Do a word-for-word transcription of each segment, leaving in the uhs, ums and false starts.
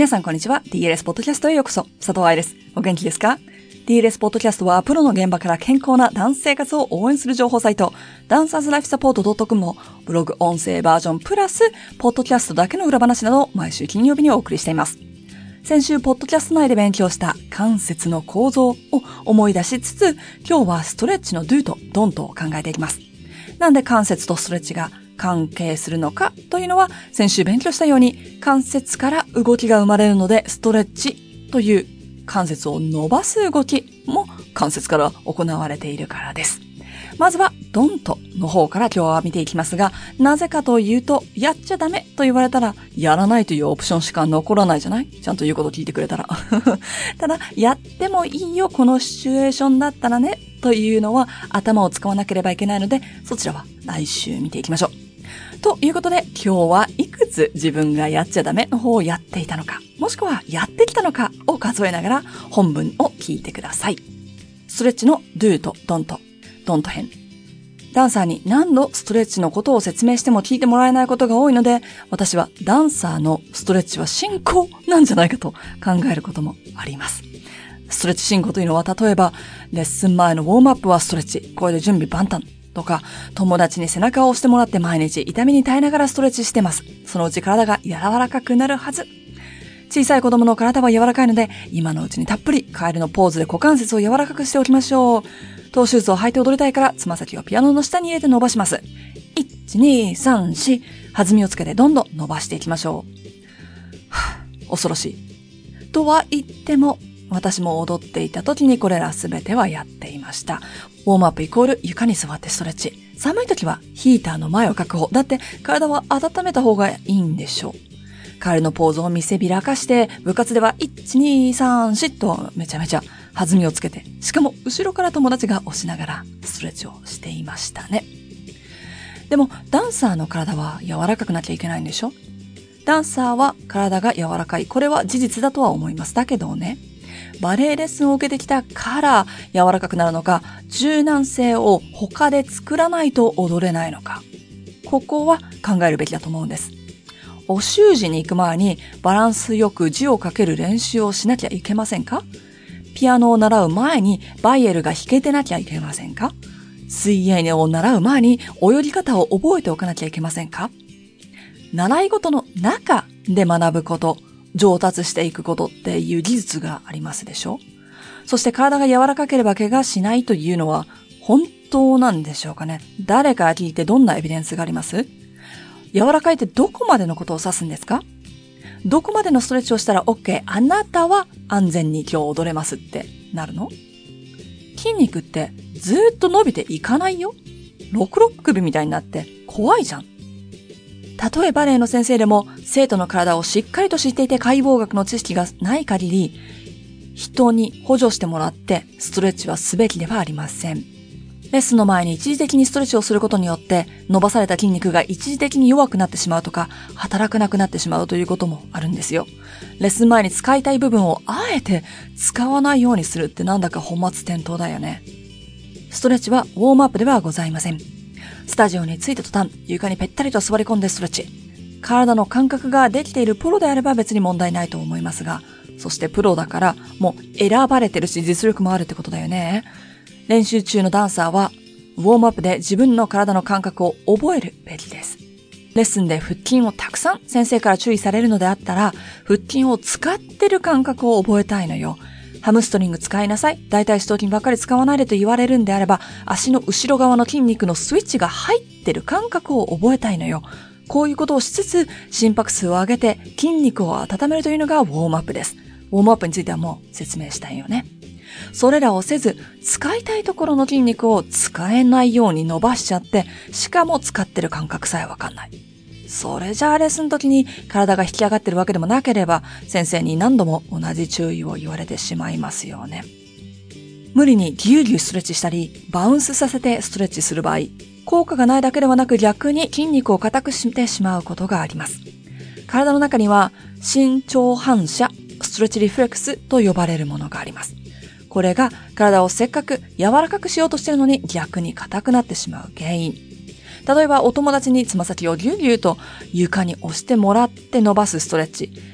皆さんこんにちは。 ディーエルエス ポッドキャストへようこそ。佐藤愛です。お元気ですか？ ディーエルエス ポッドキャストはプロの現場から健康なダンス生活を応援する情報サイト、ダンサーズライフサポート .com のブログ音声バージョンプラスポッドキャストだけの裏話などを毎週金曜日にお送りしています。先週ポッドキャスト内で勉強した関節の構造を思い出しつつ、今日はストレッチの Do と Don't を考えていきます。なんで関節とストレッチが関係するのかというのは、先週勉強したように関節から動きが生まれるので、ストレッチという関節を伸ばす動きも関節から行われているからです。まずは Don't の方から今日は見ていきますが、なぜかというと、やっちゃダメと言われたらやらないというオプションしか残らないじゃない？ちゃんと言うこと聞いてくれたらただ、やってもいいよこのシチュエーションだったらねというのは頭を使わなければいけないので、そちらは来週見ていきましょう。ということで、今日はいくつ自分がやっちゃダメの方をやっていたのか、もしくはやってきたのかを数えながら本文を聞いてください。ストレッチの Do と Don't、Don't 編。ダンサーに何度ストレッチのことを説明しても聞いてもらえないことが多いので、私はダンサーのストレッチは進行なんじゃないかと考えることもあります。ストレッチ進行というのは、例えばレッスン前のウォームアップはストレッチ、これで準備万端とか、友達に背中を押してもらって毎日痛みに耐えながらストレッチしてます。そのうち体が柔らかくなるはず。小さい子供の体は柔らかいので、今のうちにたっぷりカエルのポーズで股関節を柔らかくしておきましょう。トーシューズを履いて踊りたいから、つま先をピアノの下に入れて伸ばします。いち、に、さん、よん、弾みをつけてどんどん伸ばしていきましょう。はぁ、恐ろしい。とは言っても、私も踊っていた時にこれらすべてはやっていました。ウォームアップイコール床に座ってストレッチ。寒い時はヒーターの前を確保。だって体は温めた方がいいんでしょう。カエルのポーズを見せびらかして、部活ではいち、に、さん、よんとめちゃめちゃ弾みをつけて、しかも後ろから友達が押しながらストレッチをしていましたね。でもダンサーの体は柔らかくなきゃいけないんでしょ？ダンサーは体が柔らかい。これは事実だとは思います。だけどね、バレエレッスンを受けてきたから柔らかくなるのか、柔軟性を他で作らないと踊れないのか、ここは考えるべきだと思うんです。お習字に行く前にバランスよく字を書ける練習をしなきゃいけませんか？ピアノを習う前にバイエルが弾けてなきゃいけませんか？水泳を習う前に泳ぎ方を覚えておかなきゃいけませんか？習い事の中で学ぶこと、上達していくことっていう技術がありますでしょ？そして体が柔らかければ怪我しないというのは本当なんでしょうかね？誰から聞いてどんなエビデンスがあります？柔らかいってどこまでのことを指すんですか？どこまでのストレッチをしたら OK、あなたは安全に今日踊れますってなるの？筋肉ってずーっと伸びていかないよ。ろくろっ首みたいになって怖いじゃん。たとえバレエの先生でも生徒の体をしっかりと知っていて解剖学の知識がない限り、人に補助してもらってストレッチはすべきではありません。レッスンの前に一時的にストレッチをすることによって伸ばされた筋肉が一時的に弱くなってしまうとか、働かなくなってしまうということもあるんですよ。レッスン前に使いたい部分をあえて使わないようにするってなんだか本末転倒だよね。ストレッチはウォームアップではございません。スタジオに着いた途端、床にぺったりと座り込んでストレッチ。体の感覚ができているプロであれば別に問題ないと思いますが、そしてプロだからもう選ばれてるし実力もあるってことだよね。練習中のダンサーはウォームアップで自分の体の感覚を覚えるべきです。レッスンで腹筋をたくさん先生から注意されるのであったら、腹筋を使ってる感覚を覚えたいのよ。ハムストリング使いなさい。大腿四頭筋ばっかり使わないでと言われるんであれば、足の後ろ側の筋肉のスイッチが入ってる感覚を覚えたいのよ。こういうことをしつつ、心拍数を上げて筋肉を温めるというのがウォームアップです。ウォームアップについてはもう説明したいよね。それらをせず、使いたいところの筋肉を使えないように伸ばしちゃって、しかも使ってる感覚さえわかんない。それじゃあレッスンの時に体が引き上がってるわけでもなければ、先生に何度も同じ注意を言われてしまいますよね。無理にギューギューストレッチしたり、バウンスさせてストレッチする場合、効果がないだけではなく逆に筋肉を硬くしてしまうことがあります。体の中には伸長反射、ストレッチリフレックスと呼ばれるものがあります。これが体をせっかく柔らかくしようとしているのに逆に硬くなってしまう原因。例えばお友達につま先をギューギューと床に押してもらって伸ばすストレッチ。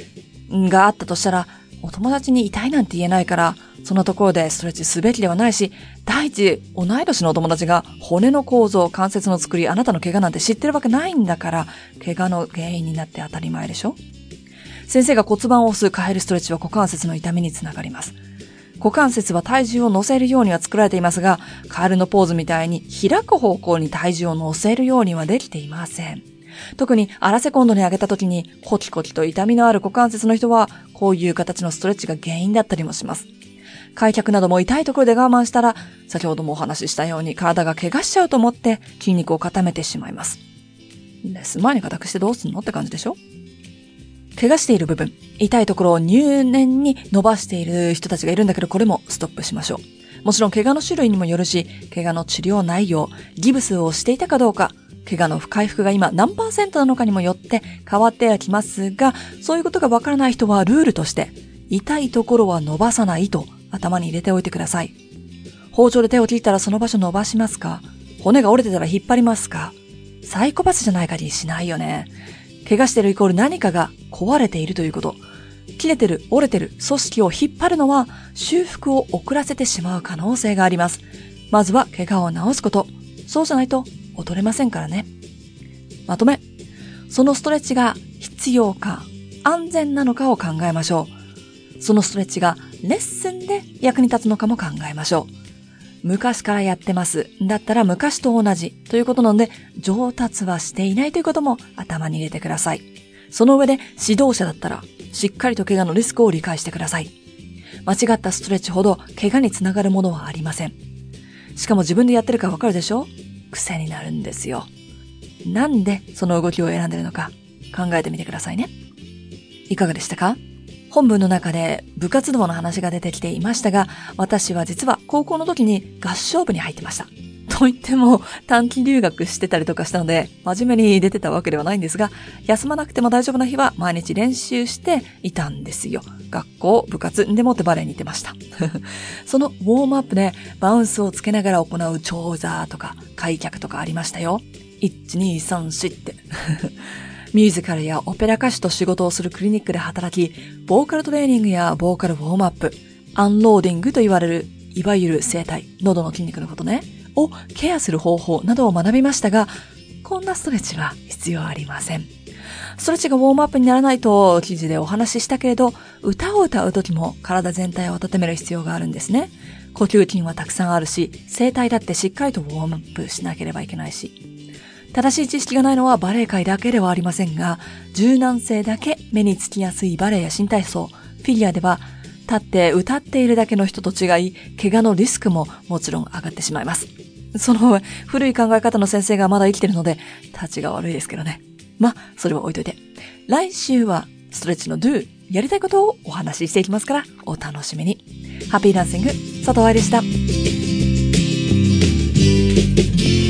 があったとしたら、お友達に痛いなんて言えないから、そんなところでストレッチすべきではないし、第一、同い年のお友達が骨の構造、関節の作り、あなたの怪我なんて知ってるわけないんだから、怪我の原因になって当たり前でしょ。先生が骨盤を押すカエルストレッチは股関節の痛みにつながります。股関節は体重を乗せるようには作られていますが、カエルのポーズみたいに開く方向に体重を乗せるようにはできていません。特に荒セコンドに上げた時にコキコキと痛みのある股関節の人は、こういう形のストレッチが原因だったりもします。開脚なども痛いところで我慢したら、先ほどもお話ししたように体が怪我しちゃうと思って筋肉を固めてしまいます。レッスン前に固くしてどうすんのって感じでしょ。怪我している部分、痛いところを入念に伸ばしている人たちがいるんだけど、これもストップしましょう。もちろん怪我の種類にもよるし、怪我の治療内容、ギブスをしていたかどうか、怪我の回復が今何パーセントなのかにもよって変わってはきますが、そういうことがわからない人はルールとして、痛いところは伸ばさないと頭に入れておいてください。包丁で手を切ったらその場所伸ばしますか？骨が折れてたら引っ張りますか？サイコパスじゃない限りしないよね。怪我してるイコール何かが壊れているということ。切れてる、折れてる組織を引っ張るのは修復を遅らせてしまう可能性があります。まずは怪我を治すこと。そうじゃないと劣れませんからね。まとめ。そのストレッチが必要か、安全なのかを考えましょう。そのストレッチがレッスンで役に立つのかも考えましょう。昔からやってます。だったら昔と同じということなので、上達はしていないということも頭に入れてください。その上で指導者だったら、しっかりと怪我のリスクを理解してください。間違ったストレッチほど怪我につながるものはありません。しかも自分でやってるかわかるでしょ？癖になるんですよ。なんでその動きを選んでるのか考えてみてくださいね。いかがでしたか？本文の中で部活動の話が出てきていましたが、私は実は高校の時に合唱部に入ってました。と言っても短期留学してたりとかしたので、真面目に出てたわけではないんですが、休まなくても大丈夫な日は毎日練習していたんですよ。学校、部活でもってバレエに行ってました。そのウォームアップでバウンスをつけながら行う長座とか開脚とかありましたよ。いち、に、さん、よんって。ミュージカルやオペラ歌手と仕事をするクリニックで働き、ボーカルトレーニングやボーカルウォームアップ、アンローディングと言われる、いわゆる声帯、喉の筋肉のことね、をケアする方法などを学びましたが、こんなストレッチは必要ありません。ストレッチがウォームアップにならないと記事でお話ししたけれど、歌を歌うときも体全体を温める必要があるんですね。呼吸筋はたくさんあるし、声帯だってしっかりとウォームアップしなければいけないし。正しい知識がないのはバレエ界だけではありませんが、柔軟性だけ目につきやすいバレエや新体操、フィギュアでは、立って歌っているだけの人と違い、怪我のリスクももちろん上がってしまいます。その古い考え方の先生がまだ生きてるので、立ちが悪いですけどね。ま、それは置いといて。来週はストレッチの Do、やりたいことをお話ししていきますから、お楽しみに。ハッピーダンシング、佐藤愛でした。